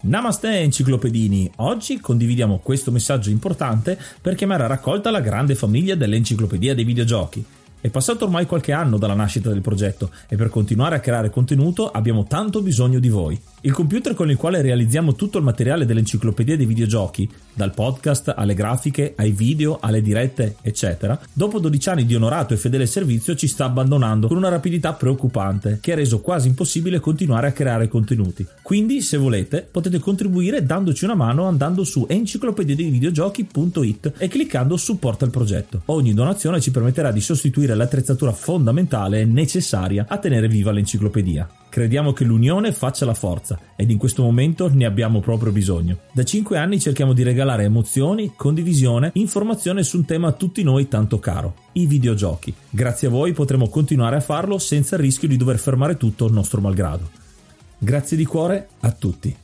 Namaste enciclopedini, oggi condividiamo questo messaggio importante per chiamare a raccolta la grande famiglia dell'Enciclopedia dei Videogiochi. È passato ormai qualche anno dalla nascita del progetto e per continuare a creare contenuto abbiamo tanto bisogno di voi. Il computer con il quale realizziamo tutto il materiale dell'Enciclopedia dei Videogiochi, dal podcast alle grafiche, ai video, alle dirette, eccetera, dopo 12 anni di onorato e fedele servizio ci sta abbandonando con una rapidità preoccupante che ha reso quasi impossibile continuare a creare contenuti. Quindi, se volete, potete contribuire dandoci una mano andando su enciclopediadeivideogiochi.it e cliccando supporta il progetto. Ogni donazione ci permetterà di sostituire l'attrezzatura fondamentale e necessaria a tenere viva l'enciclopedia. Crediamo che l'unione faccia la forza ed in questo momento ne abbiamo proprio bisogno. Da 5 anni cerchiamo di regalare emozioni, condivisione, informazione su un tema a tutti noi tanto caro, i videogiochi. Grazie a voi potremo continuare a farlo senza il rischio di dover fermare tutto nostro malgrado. Grazie di cuore a tutti.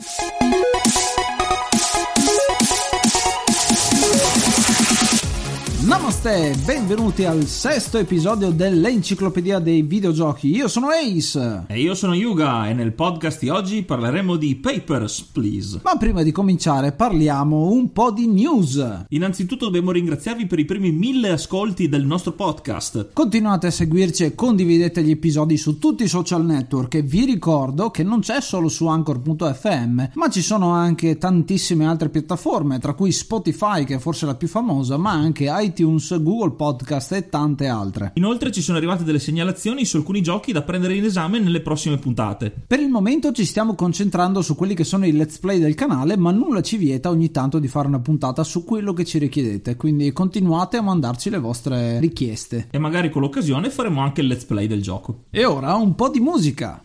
Namaste, benvenuti al 6º episodio dell'Enciclopedia dei Videogiochi. Io sono Ace. E io sono Yuga e nel podcast di oggi parleremo di Papers, Please. Ma prima di cominciare parliamo un po' di news. Innanzitutto dobbiamo ringraziarvi per i primi 1000 ascolti del nostro podcast. Continuate a seguirci e condividete gli episodi su tutti i social network e vi ricordo che non c'è solo su Anchor.fm, ma ci sono anche tantissime altre piattaforme, tra cui Spotify, che è forse la più famosa, ma anche iTunes, Google Podcast e tante altre. Inoltre ci sono arrivate delle segnalazioni su alcuni giochi da prendere in esame nelle prossime puntate. Per il momento ci stiamo concentrando su quelli che sono i let's play del canale, ma nulla ci vieta ogni tanto di fare una puntata su quello che ci richiedete, quindi continuate a mandarci le vostre richieste. E magari con l'occasione faremo anche il let's play del gioco. E ora un po' di musica.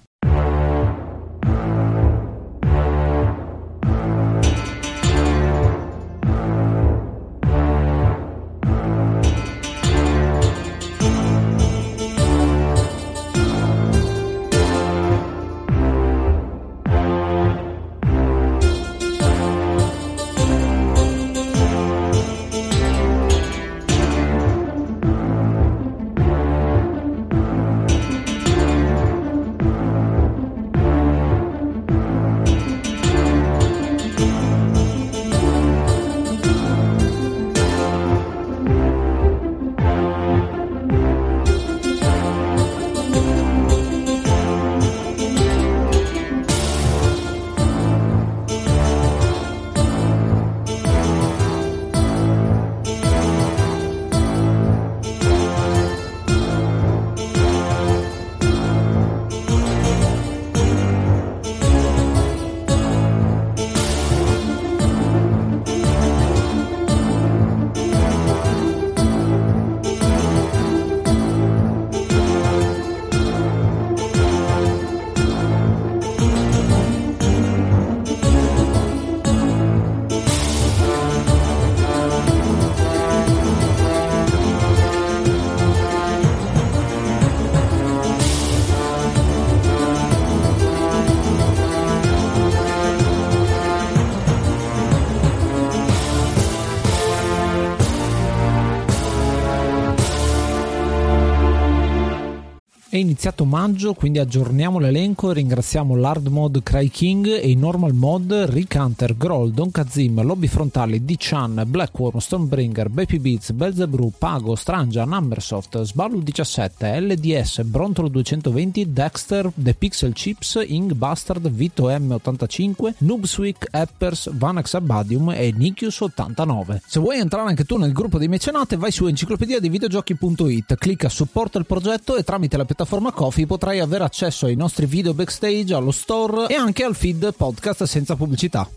È iniziato maggio, quindi aggiorniamo l'elenco e ringraziamo l'Hard Mod Cry King e i Normal Mod Rick Hunter, Groll, Don Kazim, Lobby Frontali, D-Chan, Blackworm, Stormbringer, Baby Beats, Belzebrew, Pago, Strangia, Numbersoft, Sballu 17, LDS, Brontolo 220, Dexter, The Pixel Chips, Ing Bastard, Vito M85, Noobswick, Eppers, Vanex Abadium e Nikius 89. Se vuoi entrare anche tu nel gruppo dei mecenate, vai su enciclopediadeivideogiochi.it, clicca supporta il progetto e tramite la piattaforma Ko-fi potrai avere accesso ai nostri video backstage, allo store e anche al feed podcast senza pubblicità.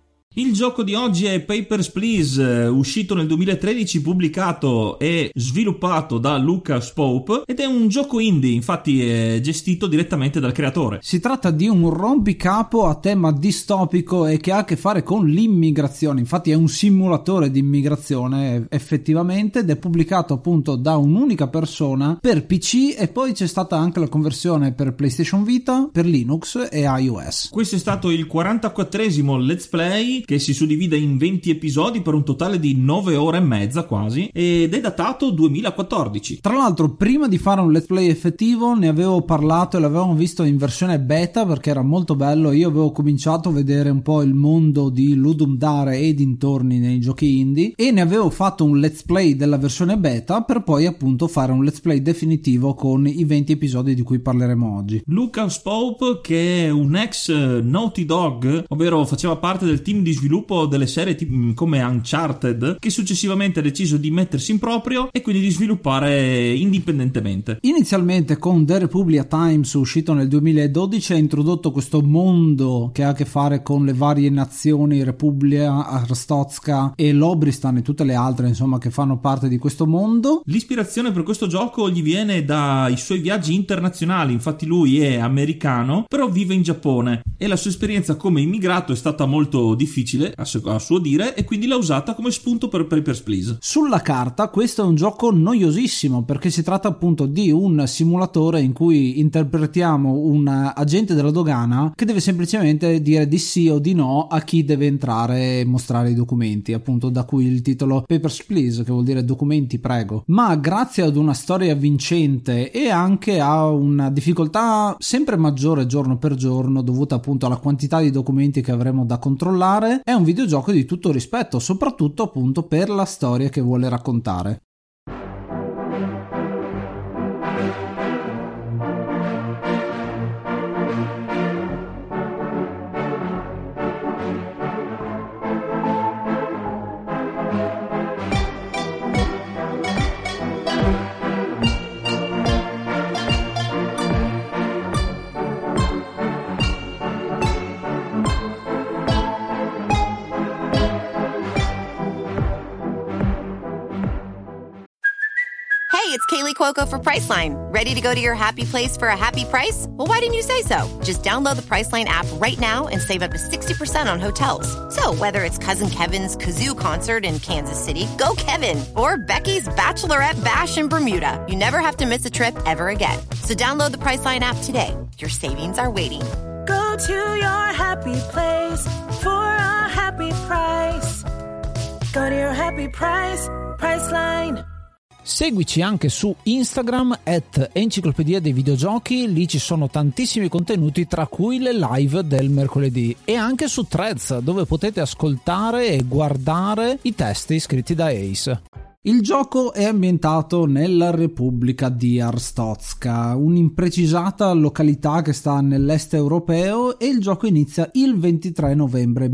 Il gioco di oggi è Papers, Please, uscito nel 2013, pubblicato e sviluppato da Lucas Pope ed è un gioco indie, infatti è gestito direttamente dal creatore. Si tratta di un rompicapo a tema distopico e che ha a che fare con l'immigrazione, infatti è un simulatore di immigrazione effettivamente, ed è pubblicato appunto da un'unica persona per PC e poi c'è stata anche la conversione per PlayStation Vita, per Linux e iOS. Questo è stato il 44esimo Let's Play che si suddivide in 20 episodi per un totale di 9 ore e mezza quasi, ed è datato 2014. Tra l'altro, prima di fare un let's play effettivo ne avevo parlato e l'avevamo visto in versione beta perché era molto bello. Io avevo cominciato a vedere un po' il mondo di Ludum Dare e dintorni nei giochi indie e ne avevo fatto un let's play della versione beta per poi appunto fare un let's play definitivo con i 20 episodi di cui parleremo oggi. Lucas Pope, che è un ex Naughty Dog, ovvero faceva parte del team di sviluppo delle serie come Uncharted, che successivamente ha deciso di mettersi in proprio e quindi di sviluppare indipendentemente. Inizialmente con The Republic Times, uscito nel 2012, ha introdotto questo mondo che ha a che fare con le varie nazioni, Repubblica, Arstotzka e Lobristan e tutte le altre insomma che fanno parte di questo mondo. L'ispirazione per questo gioco gli viene dai suoi viaggi internazionali, infatti lui è americano però vive in Giappone e la sua esperienza come immigrato è stata molto difficile a suo dire e quindi l'ha usata come spunto per Papers, Please. Sulla carta questo è un gioco noiosissimo perché si tratta appunto di un simulatore in cui interpretiamo un agente della dogana che deve semplicemente dire di sì o di no a chi deve entrare e mostrare i documenti, appunto da cui il titolo Papers, Please, che vuol dire documenti prego. Ma grazie ad una storia vincente e anche a una difficoltà sempre maggiore giorno per giorno dovuta appunto alla quantità di documenti che avremo da controllare, è un videogioco di tutto rispetto, soprattutto appunto per la storia che vuole raccontare. It's Kaylee Cuoco for Priceline. Ready to go to your happy place for a happy price? Well, why didn't you say so? Just download the Priceline app right now and save up to 60% on hotels. So whether it's Cousin Kevin's Kazoo Concert in Kansas City, go Kevin, or Becky's Bachelorette Bash in Bermuda, you never have to miss a trip ever again. So download the Priceline app today. Your savings are waiting. Go to your happy place for a happy price. Go to your happy price, Priceline. Seguici anche su Instagram @enciclopedia dei videogiochi, lì ci sono tantissimi contenuti tra cui le live del mercoledì, e anche su Threads dove potete ascoltare e guardare i testi scritti da Ace. Il gioco è ambientato nella Repubblica di Arstotzka, un'imprecisata località che sta nell'est europeo, e il gioco inizia il 23 novembre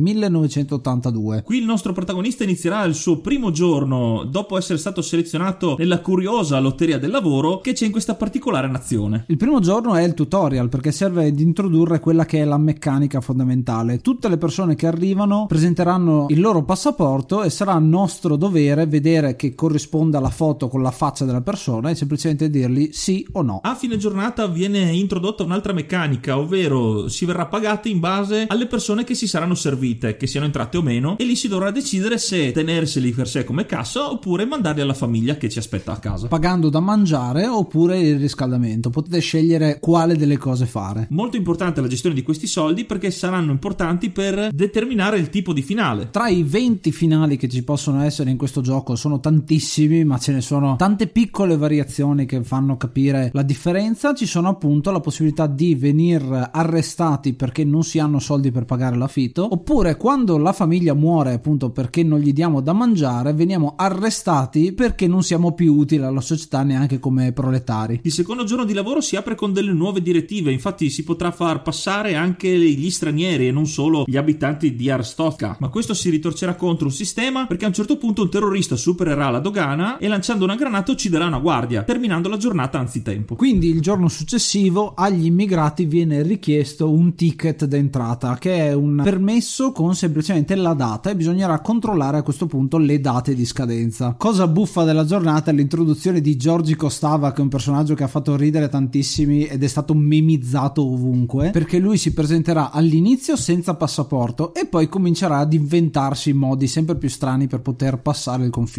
1982. Qui il nostro protagonista inizierà il suo primo giorno dopo essere stato selezionato nella curiosa lotteria del lavoro che c'è in questa particolare nazione. Il primo giorno è il tutorial perché serve ad introdurre quella che è la meccanica fondamentale. Tutte le persone che arrivano presenteranno il loro passaporto e sarà nostro dovere vedere che corrisponda alla foto con la faccia della persona e semplicemente dirgli sì o no. A fine giornata viene introdotta un'altra meccanica, ovvero si verrà pagati in base alle persone che si saranno servite, che siano entrate o meno, e lì si dovrà decidere se tenerseli per sé come cassa oppure mandarli alla famiglia che ci aspetta a casa. Pagando da mangiare oppure il riscaldamento, potete scegliere quale delle cose fare. Molto importante la gestione di questi soldi perché saranno importanti per determinare il tipo di finale. Tra i 20 finali che ci possono essere in questo gioco sono tantissimi, ma ce ne sono tante piccole variazioni che fanno capire la differenza. Ci sono appunto la possibilità di venir arrestati perché non si hanno soldi per pagare l'affitto, oppure quando la famiglia muore appunto perché non gli diamo da mangiare veniamo arrestati perché non siamo più utili alla società neanche come proletari. Il secondo giorno di lavoro si apre con delle nuove direttive, infatti si potrà far passare anche gli stranieri e non solo gli abitanti di Arstotzka, ma questo si ritorcerà contro un sistema perché a un certo punto un terrorista supererà la dogana e lanciando una granata ucciderà una guardia, terminando la giornata anzitempo. Quindi il giorno successivo agli immigrati viene richiesto un ticket d'entrata, che è un permesso con semplicemente la data, e bisognerà controllare a questo punto le date di scadenza. Cosa buffa della giornata è l'introduzione di Giorgi Kostava, che è un personaggio che ha fatto ridere tantissimi ed è stato memizzato ovunque, perché lui si presenterà all'inizio senza passaporto e poi comincerà ad inventarsi modi sempre più strani per poter passare il confine. Ma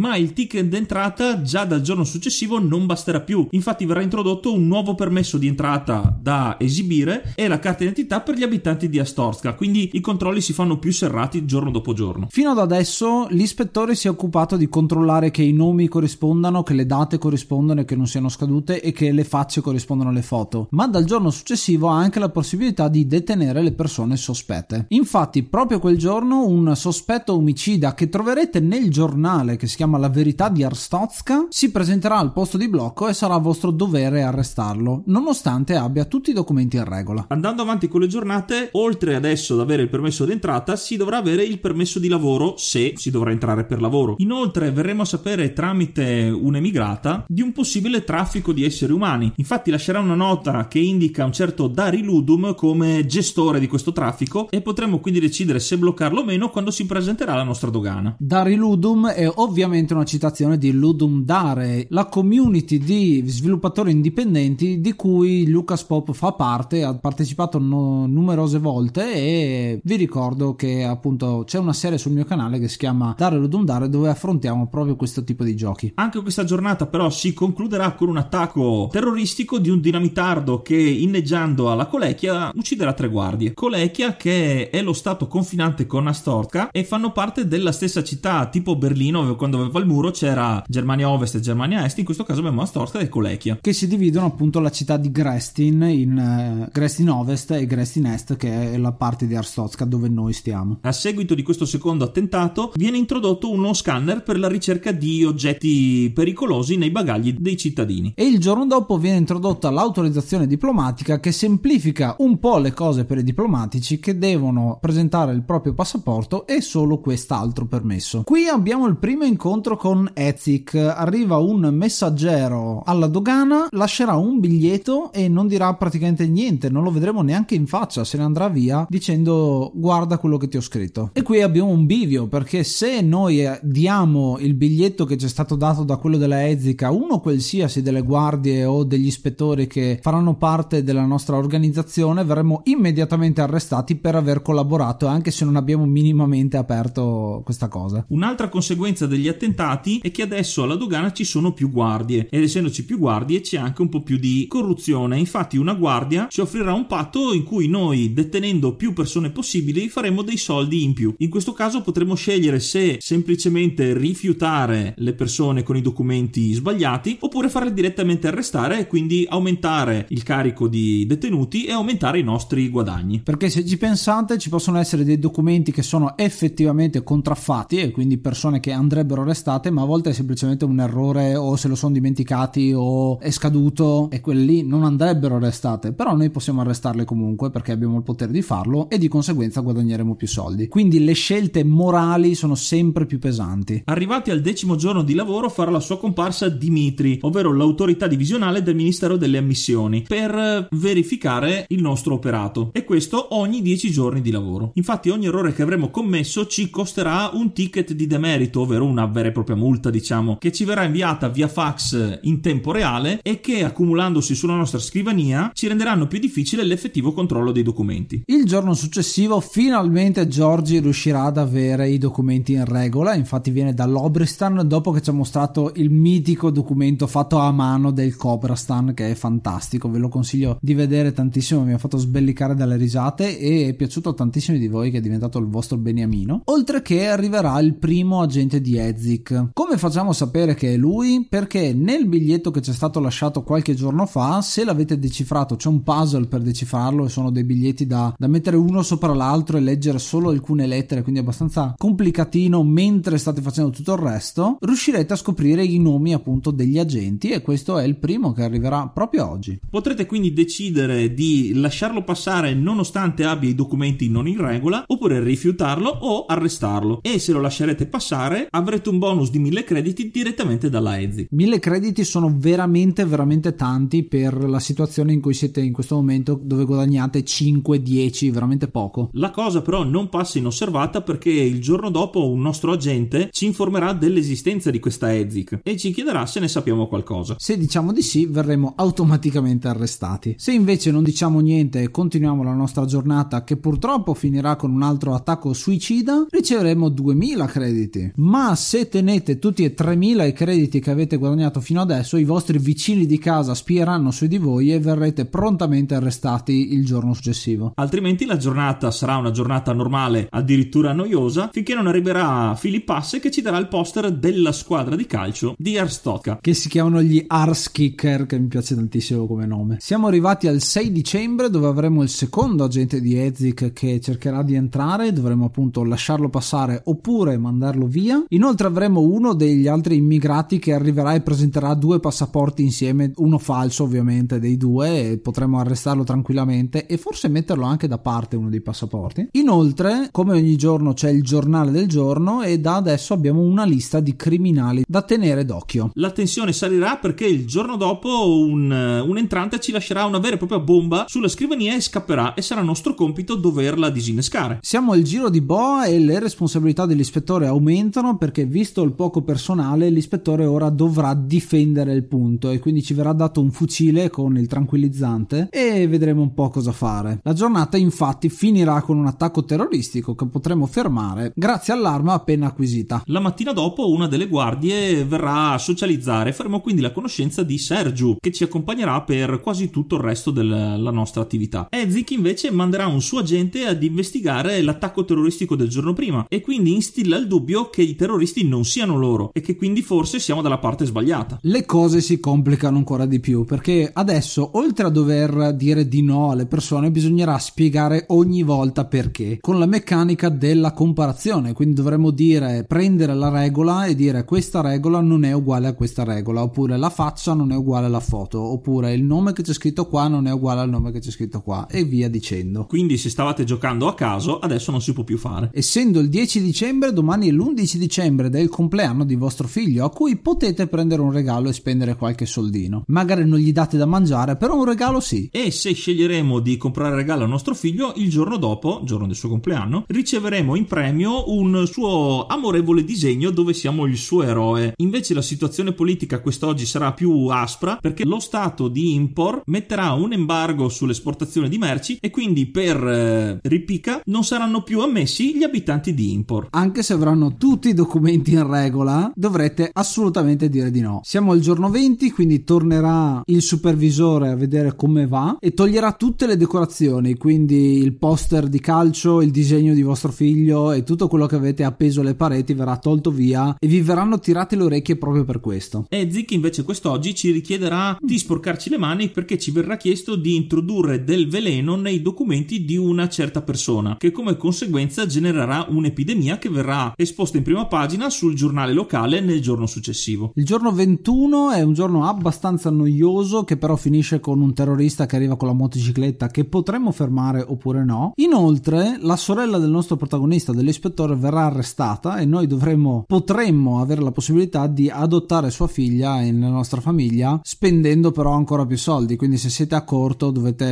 ma il ticket d'entrata già dal giorno successivo non basterà più. Infatti verrà introdotto un nuovo permesso di entrata da esibire e la carta d'identità per gli abitanti di Astorska, quindi i controlli si fanno più serrati giorno dopo giorno. Fino ad adesso l'ispettore si è occupato di controllare che i nomi corrispondano, che le date corrispondano e che non siano scadute e che le facce corrispondano alle foto, ma dal giorno successivo ha anche la possibilità di detenere le persone sospette. Infatti proprio quel giorno un sospetto omicida che troverete nel giornale, che si chiama La Verità di Arstotzka, si presenterà al posto di blocco e sarà vostro dovere arrestarlo, nonostante abbia tutti i documenti in regola. Andando avanti con le giornate, oltre adesso ad avere il permesso d'entrata, si dovrà avere il permesso di lavoro, se si dovrà entrare per lavoro. Inoltre verremo a sapere tramite un'emigrata di un possibile traffico di esseri umani. Infatti lascerà una nota che indica un certo Dari Ludum come gestore di questo traffico e potremo quindi decidere se bloccarlo o meno quando si presenterà alla nostra dogana. Dari Ludum è ovviamente una citazione di Ludum Dare, la community di sviluppatori indipendenti di cui Lucas Pop fa parte, ha partecipato numerose volte e vi ricordo che appunto c'è una serie sul mio canale che si chiama Dare Ludum Dare dove affrontiamo proprio questo tipo di giochi. Anche questa giornata però si concluderà con un attacco terroristico di un dinamitardo che, inneggiando alla Kolechia, ucciderà 3 guardie. Kolechia, che è lo stato confinante con Astorska e fanno parte della stessa città, tipo Berlino, quando aveva il muro c'era Germania Ovest e Germania Est, in questo caso abbiamo Astorska e Kolechia, che si dividono appunto la città di Grestin in Grestin Ovest e Grestin Est, che è la parte di Arstotzka dove noi stiamo. A seguito di questo secondo attentato viene introdotto uno scanner per la ricerca di oggetti pericolosi nei bagagli dei cittadini. E il giorno dopo viene introdotta l'autorizzazione diplomatica, che semplifica un po' le cose per i diplomatici che devono presentare il proprio passaporto e solo quest'altro permesso. Qui abbiamo il primo incontro con Ezik. Arriva un messaggero alla dogana, lascerà un biglietto e non dirà praticamente niente, non lo vedremo neanche in faccia, se ne andrà via dicendo guarda quello che ti ho scritto. E qui abbiamo un bivio, perché se noi diamo il biglietto che ci è stato dato da quello della Ezik a uno qualsiasi delle guardie o degli ispettori che faranno parte della nostra organizzazione, verremo immediatamente arrestati per aver collaborato, anche se non abbiamo minimamente aperto questa cosa. Un'altra conseguenza degli attentati è che adesso alla dogana ci sono più guardie, ed essendoci più guardie c'è anche un po' più di corruzione. Infatti una guardia ci offrirà un patto in cui noi, detenendo più persone possibili, faremo dei soldi in più. In questo caso potremo scegliere se semplicemente rifiutare le persone con i documenti sbagliati oppure farle direttamente arrestare e quindi aumentare il carico di detenuti e aumentare i nostri guadagni. Perché se ci pensate, ci possono essere dei documenti che sono effettivamente contraffatti e quindi persone che andrebbero arrestate, ma a volte è semplicemente un errore o se lo sono dimenticati o è scaduto e quelli non andrebbero arrestate, però noi possiamo arrestarle comunque perché abbiamo il potere di farlo e di conseguenza guadagneremo più soldi. Quindi le scelte morali sono sempre più pesanti. Arrivati al 10° giorno di lavoro farà la sua comparsa Dimitri, ovvero l'autorità divisionale del Ministero delle Ammissioni, per verificare il nostro operato, e questo ogni 10 giorni di lavoro. Infatti ogni errore che avremo commesso ci costerà un ticket di demerito, ovvero una vera e propria multa, diciamo, che ci verrà inviata via fax in tempo reale e che, accumulandosi sulla nostra scrivania, ci renderanno più difficile l'effettivo controllo dei documenti. Il giorno successivo finalmente Giorgi riuscirà ad avere i documenti in regola, infatti viene dall'Obristan dopo che ci ha mostrato il mitico documento fatto a mano del Cobrastan, che è fantastico, ve lo consiglio di vedere tantissimo, mi ha fatto sbellicare dalle risate e è piaciuto a tantissimi di voi, che è diventato il vostro beniamino. Oltre che arriverà il primo agente di Ezik. Come facciamo a sapere che è lui? Perché nel biglietto che ci è stato lasciato qualche giorno fa, se l'avete decifrato, c'è un puzzle per decifrarlo e sono dei biglietti da mettere uno sopra l'altro e leggere solo alcune lettere, quindi abbastanza complicatino mentre state facendo tutto il resto. Riuscirete a scoprire i nomi appunto degli agenti e questo è il primo che arriverà proprio oggi. Potrete quindi decidere di lasciarlo passare nonostante abbia i documenti non in regola, oppure rifiutarlo o arrestarlo, e se lo lascerete passare avrete un bonus di 1000 crediti direttamente dalla Ezik. 1000 crediti sono veramente tanti per la situazione in cui siete in questo momento, dove guadagnate 5-10, veramente poco. La cosa però non passa inosservata, perché il giorno dopo un nostro agente ci informerà dell'esistenza di questa Ezik e ci chiederà se ne sappiamo qualcosa. Se diciamo di sì, verremo automaticamente arrestati. Se invece non diciamo niente e continuiamo la nostra giornata, che purtroppo finirà con un altro attacco suicida, riceveremo 2000 crediti. Ma se ottenete tutti e 3.000 i crediti che avete guadagnato fino adesso, i vostri vicini di casa spieranno su di voi e verrete prontamente arrestati il giorno successivo. Altrimenti la giornata sarà una giornata normale, addirittura noiosa, finché non arriverà Philipp Hasse che ci darà il poster della squadra di calcio di Arstotzka, che si chiamano gli Arskicker, che mi piace tantissimo come nome. Siamo arrivati al 6 dicembre dove avremo il secondo agente di Edzik che cercherà di entrare, dovremo appunto lasciarlo passare oppure mandarlo via. Inoltre avremo uno degli altri immigrati che arriverà e presenterà 2 passaporti insieme, uno falso ovviamente dei 2, e potremo arrestarlo tranquillamente e forse metterlo anche da parte uno dei passaporti. Inoltre, come ogni giorno, c'è il giornale del giorno e da adesso abbiamo una lista di criminali da tenere d'occhio. La tensione salirà perché il giorno dopo un entrante ci lascerà una vera e propria bomba sulla scrivania e scapperà, e sarà nostro compito doverla disinnescare. Siamo al giro di boa e le responsabilità dell'ispettore aumentano perché, visto il poco personale, l'ispettore ora dovrà difendere il punto e quindi ci verrà dato un fucile con il tranquillizzante e vedremo un po' cosa fare. La giornata infatti finirà con un attacco terroristico che potremo fermare grazie all'arma appena acquisita. La mattina dopo una delle guardie verrà a socializzare, faremo quindi la conoscenza di Sergiu che ci accompagnerà per quasi tutto il resto della nostra attività. Edzik invece manderà un suo agente ad investigare l'attacco terroristico del giorno prima e quindi instilla il dubbio che i terroristi non siano loro e che quindi forse siamo dalla parte sbagliata. Le cose si complicano ancora di più perché adesso, oltre a dover dire di no alle persone, bisognerà spiegare ogni volta perché, con la meccanica della comparazione. Quindi dovremo prendere la regola e dire questa regola non è uguale a questa regola, oppure la faccia non è uguale alla foto, oppure il nome che c'è scritto qua non è uguale al nome che c'è scritto qua, e via dicendo. Quindi se stavate giocando a caso, adesso non si può più fare. Essendo il 10 dicembre, domani è l'11 dicembre ed è il compleanno di vostro figlio, a cui potete prendere un regalo e spendere qualche soldino. Magari non gli date da mangiare, però un regalo sì. E se sceglieremo di comprare regalo al nostro figlio, il giorno dopo, giorno del suo compleanno, riceveremo in premio un suo amorevole disegno dove siamo il suo eroe. Invece la situazione politica quest'oggi sarà più aspra perché lo stato di Impor metterà un embargo sull'esportazione di merci e quindi per ripicca non saranno più ammessi gli abitanti di Impor. Anche se avranno tutti i documenti in regola, dovrete assolutamente dire di no. Siamo al giorno 20, quindi tornerà il supervisore a vedere come va e toglierà tutte le decorazioni, quindi il poster di calcio, il disegno di vostro figlio e tutto quello che avete appeso alle pareti verrà tolto via e vi verranno tirate le orecchie proprio per questo. Edzik invece quest'oggi ci richiederà di sporcarci le mani perché ci verrà chiesto di introdurre del veleno nei documenti di una certa persona, che come conseguenza genererà un'epidemia che verrà esposta in prima pagina sul giornale locale nel giorno successivo. Il giorno 21 è un giorno abbastanza noioso che però finisce con un terrorista che arriva con la motocicletta che potremmo fermare oppure no. Inoltre la sorella del nostro protagonista, dell'ispettore, verrà arrestata e noi potremmo avere la possibilità di adottare sua figlia nella nostra famiglia, spendendo però ancora più soldi, quindi se siete a corto dovete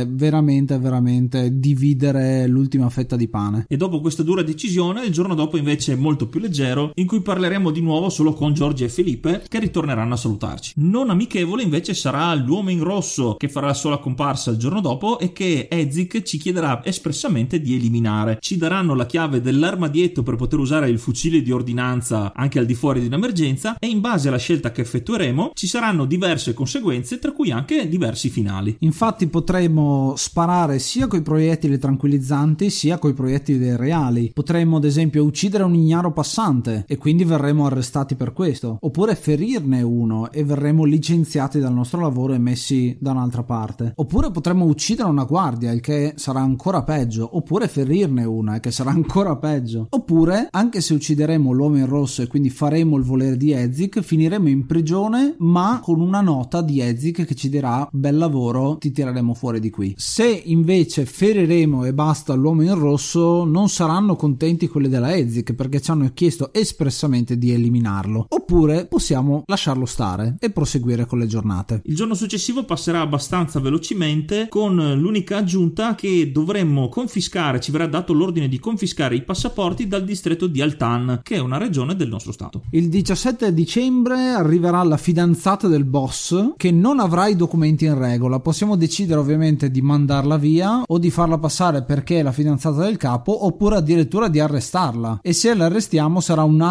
veramente dividere l'ultima fetta di pane. E dopo questa dura decisione, il giorno dopo invece è molto più leggero, in cui parleremo di nuovo solo con Giorgia e Felipe che ritorneranno a salutarci. Non amichevole invece sarà l'uomo in rosso che farà la sola comparsa il giorno dopo e che Edzik ci chiederà espressamente di eliminare. Ci daranno la chiave dell'armadietto per poter usare il fucile di ordinanza anche al di fuori di un'emergenza e in base alla scelta che effettueremo ci saranno diverse conseguenze, tra cui anche diversi finali. Infatti potremo sparare sia coi proiettili tranquillizzanti sia coi proiettili reali. Potremmo ad esempio uccidere un ignaro passante e quindi verremo arrestati per questo, oppure ferirne uno e verremo licenziati dal nostro lavoro e messi da un'altra parte, oppure potremmo uccidere una guardia, il che sarà ancora peggio, oppure ferirne una, il che sarà ancora peggio, oppure anche se uccideremo l'uomo in rosso e quindi faremo il volere di Edzik, finiremo in prigione ma con una nota di Edzik che ci dirà bel lavoro, ti tireremo fuori di qui. Se invece feriremo e basta l'uomo in rosso, non saranno contenti quelli della Edzik perché ci hanno chiesto espressamente di eliminarlo, oppure possiamo lasciarlo stare e proseguire con le giornate. Il giorno successivo passerà abbastanza velocemente con l'unica aggiunta che dovremmo confiscare, ci verrà dato l'ordine di confiscare i passaporti dal distretto di Altan, che è una regione del nostro stato. Il 17 dicembre arriverà la fidanzata del boss che non avrà i documenti in regola. Possiamo decidere ovviamente di mandarla via o di farla passare perché è la fidanzata del capo, oppure addirittura di arrestarla, e se la arrestiamo sarà un altro modo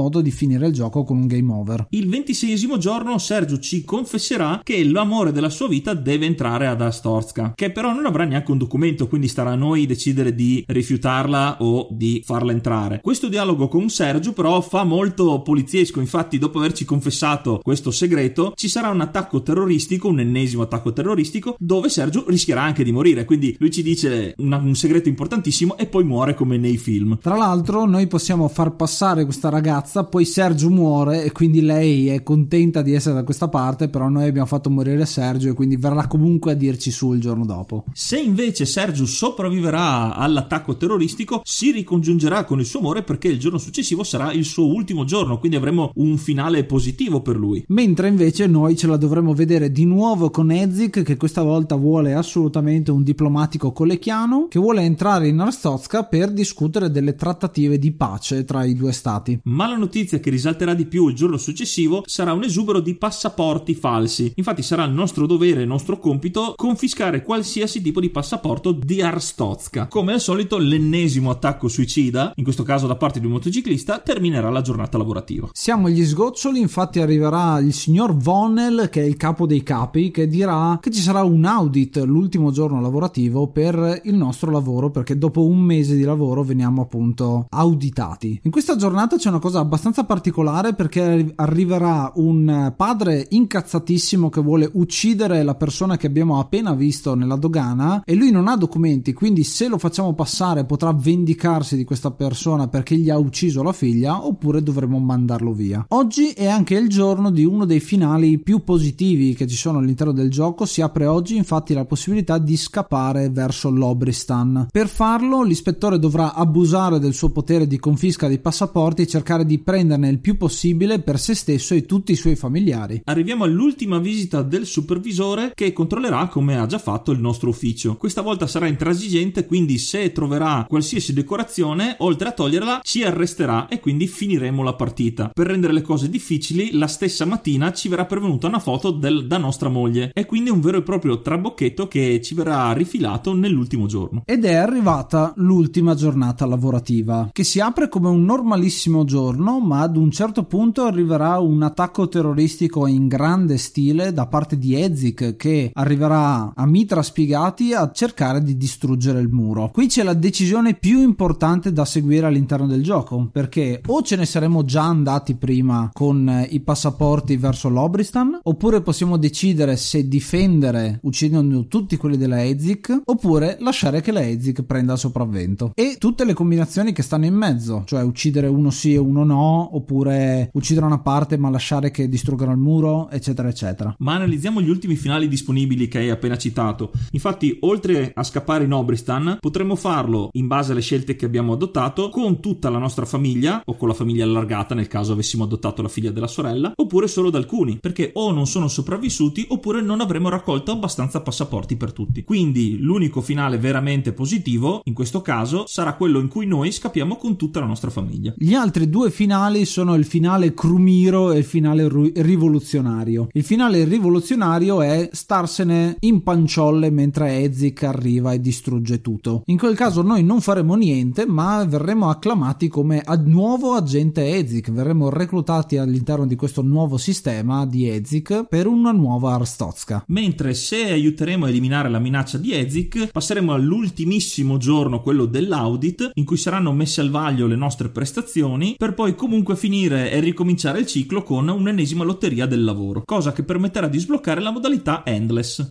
modo di finire il gioco con un game over. Il 26esimo giorno Sergio ci confesserà che l'amore della sua vita deve entrare ad Arstotzka, che però non avrà neanche un documento, quindi starà a noi decidere di rifiutarla o di farla entrare. Questo dialogo con Sergio però fa molto poliziesco, infatti dopo averci confessato questo segreto ci sarà un attacco terroristico, un ennesimo attacco terroristico, dove Sergio rischierà anche di morire, quindi lui ci dice un segreto importantissimo e poi muore come nei film. Tra l'altro noi possiamo far passare questa ragazza, poi Sergio muore e quindi lei è contenta di essere da questa parte, però noi abbiamo fatto morire Sergio e quindi verrà comunque a dirci su il giorno dopo. Se invece Sergio sopravviverà all'attacco terroristico, si ricongiungerà con il suo amore perché il giorno successivo sarà il suo ultimo giorno, quindi avremo un finale positivo per lui. Mentre invece noi ce la dovremo vedere di nuovo con Edzik, che questa volta vuole assolutamente un diplomatico colechiano che vuole entrare in Arstotzka per discutere delle trattative di pace tra i due stati. Ma la notizia che risalterà di più il giorno successivo sarà un esubero di passaporti falsi. Infatti sarà il nostro dovere, il nostro compito, confiscare qualsiasi tipo di passaporto di Arstotzka. Come al solito l'ennesimo attacco suicida, in questo caso da parte di un motociclista, terminerà la giornata lavorativa. Siamo agli sgoccioli, infatti arriverà il signor Vonel, che è il capo dei capi, che dirà che ci sarà un audit l'ultimo giorno lavorativo per il nostro lavoro, perché dopo un mese di lavoro veniamo appunto auditati. In questa giornata c'è una cosa abbastanza particolare, perché arriverà un padre incazzatissimo che vuole uccidere la persona che abbiamo appena visto nella dogana e lui non ha documenti, quindi se lo facciamo passare potrà vendicarsi di questa persona perché gli ha ucciso la figlia, oppure dovremo mandarlo via. Oggi è anche il giorno di uno dei finali più positivi che ci sono all'interno del gioco. Si apre oggi infatti la possibilità di scappare verso l'Obristan. Per farlo l'ispettore dovrà abusare del suo potere di confisca dei passaporti e cercare di prenderne il più possibile per se stesso e tutti i suoi familiari. Arriviamo all'ultima visita del supervisore, che controllerà come ha già fatto il nostro ufficio. Questa volta sarà intransigente, quindi se troverà qualsiasi decorazione, oltre a toglierla, ci arresterà e quindi finiremo la partita. Per rendere le cose difficili, la stessa mattina ci verrà pervenuta una foto da nostra moglie e quindi un vero e proprio trabocchetto che ci verrà rifilato nell'ultimo giorno. Ed è arrivata l'ultima giornata lavorativa, che si apre come un normalissimo giorno, ma ad un certo punto arriverà un attacco terroristico in grande stile da parte di Edzik, che arriverà a mitra spiegati a cercare di distruggere il muro. Qui c'è la decisione più importante da seguire all'interno del gioco, perché o ce ne saremo già andati prima con i passaporti verso l'Obristan, oppure possiamo decidere se difendere uccidendo tutti quelli della Edzik, oppure lasciare che la Edzik prenda il sopravvento. E tutte le combinazioni che stanno in mezzo, cioè uccidere uno sì e uno no, oppure uccidere una parte ma lasciare che distruggano il muro, eccetera eccetera. Ma analizziamo gli ultimi finali disponibili che hai appena citato. Infatti, oltre a scappare in Obristan, potremmo farlo in base alle scelte che abbiamo adottato con tutta la nostra famiglia o con la famiglia allargata nel caso avessimo adottato la figlia della sorella, oppure solo da alcuni, perché o non sono sopravvissuti oppure non avremo raccolto abbastanza passaporti per tutti. Quindi l'unico finale veramente positivo in questo caso sarà quello in cui noi scappiamo con tutta la nostra famiglia. Gli altri due finali sono il finale Crumiro e il finale rivoluzionario. Il finale rivoluzionario è starsene in panciolle mentre Edzik arriva e distrugge tutto. In quel caso noi non faremo niente, ma verremo acclamati come nuovo agente Edzik, verremo reclutati all'interno di questo nuovo sistema di Edzik per una nuova Arstotzka. Mentre se aiuteremo a eliminare la minaccia di Edzik, passeremo all'ultimissimo giorno, quello dell'audit, in cui saranno messe al vaglio le nostre prestazioni, per poi comunque finire e ricominciare il ciclo con un'ennesima lotteria del lavoro, cosa che permetterà di sbloccare la modalità Endless.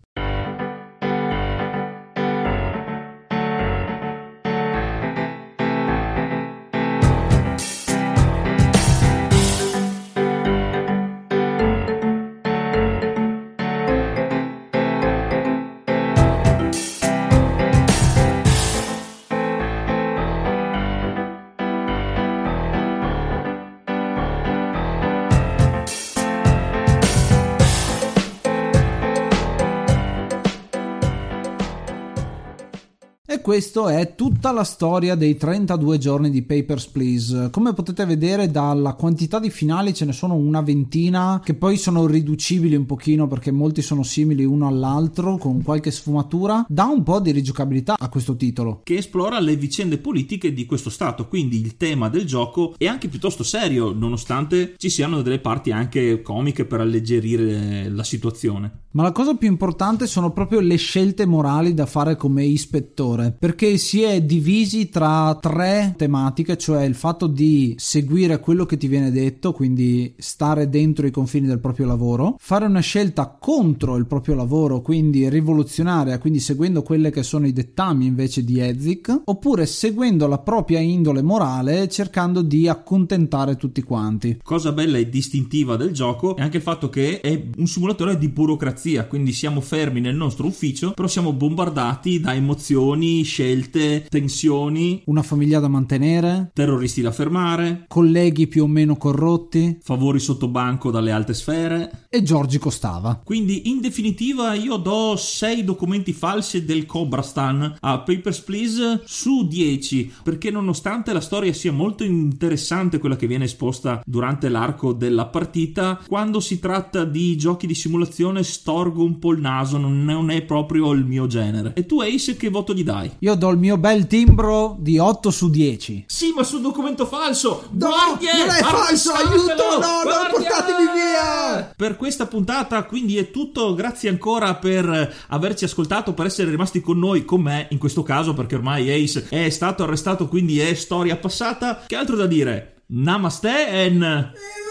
questo è tutta la storia dei 32 giorni di Papers, Please. Come potete vedere dalla quantità di finali ce ne sono una ventina, che poi sono riducibili un pochino perché molti sono simili uno all'altro con qualche sfumatura. Dà un po' di rigiocabilità a questo titolo, che esplora le vicende politiche di questo stato, quindi il tema del gioco è anche piuttosto serio, nonostante ci siano delle parti anche comiche per alleggerire la situazione. Ma la cosa più importante sono proprio le scelte morali da fare come ispettore, perché si è divisi tra 3 tematiche, cioè il fatto di seguire quello che ti viene detto, quindi stare dentro i confini del proprio lavoro, fare una scelta contro il proprio lavoro, quindi rivoluzionaria, quindi seguendo quelle che sono i dettami invece di Edzik, oppure seguendo la propria indole morale cercando di accontentare tutti quanti. Cosa bella e distintiva del gioco è anche il fatto che è un simulatore di burocrazia, quindi siamo fermi nel nostro ufficio, però siamo bombardati da emozioni, scelte, tensioni, una famiglia da mantenere, terroristi da fermare, colleghi più o meno corrotti, favori sotto banco dalle alte sfere e Giorgi costava. Quindi in definitiva io do 6 documenti falsi del Cobrastan a Papers, Please su 10, perché nonostante la storia sia molto interessante, quella che viene esposta durante l'arco della partita, quando si tratta di giochi di simulazione storgo un po' il naso, non è proprio il mio genere. E tu, Ace, che voto gli dai? Io do il mio bel timbro di 8 su 10. Sì, ma sul documento falso! No, non è falso, aiuto, no, non portatemi via! Per questa puntata quindi è tutto, grazie ancora per averci ascoltato, per essere rimasti con noi, con me in questo caso, perché ormai Ace è stato arrestato, quindi è storia passata. Che altro da dire? Namaste and...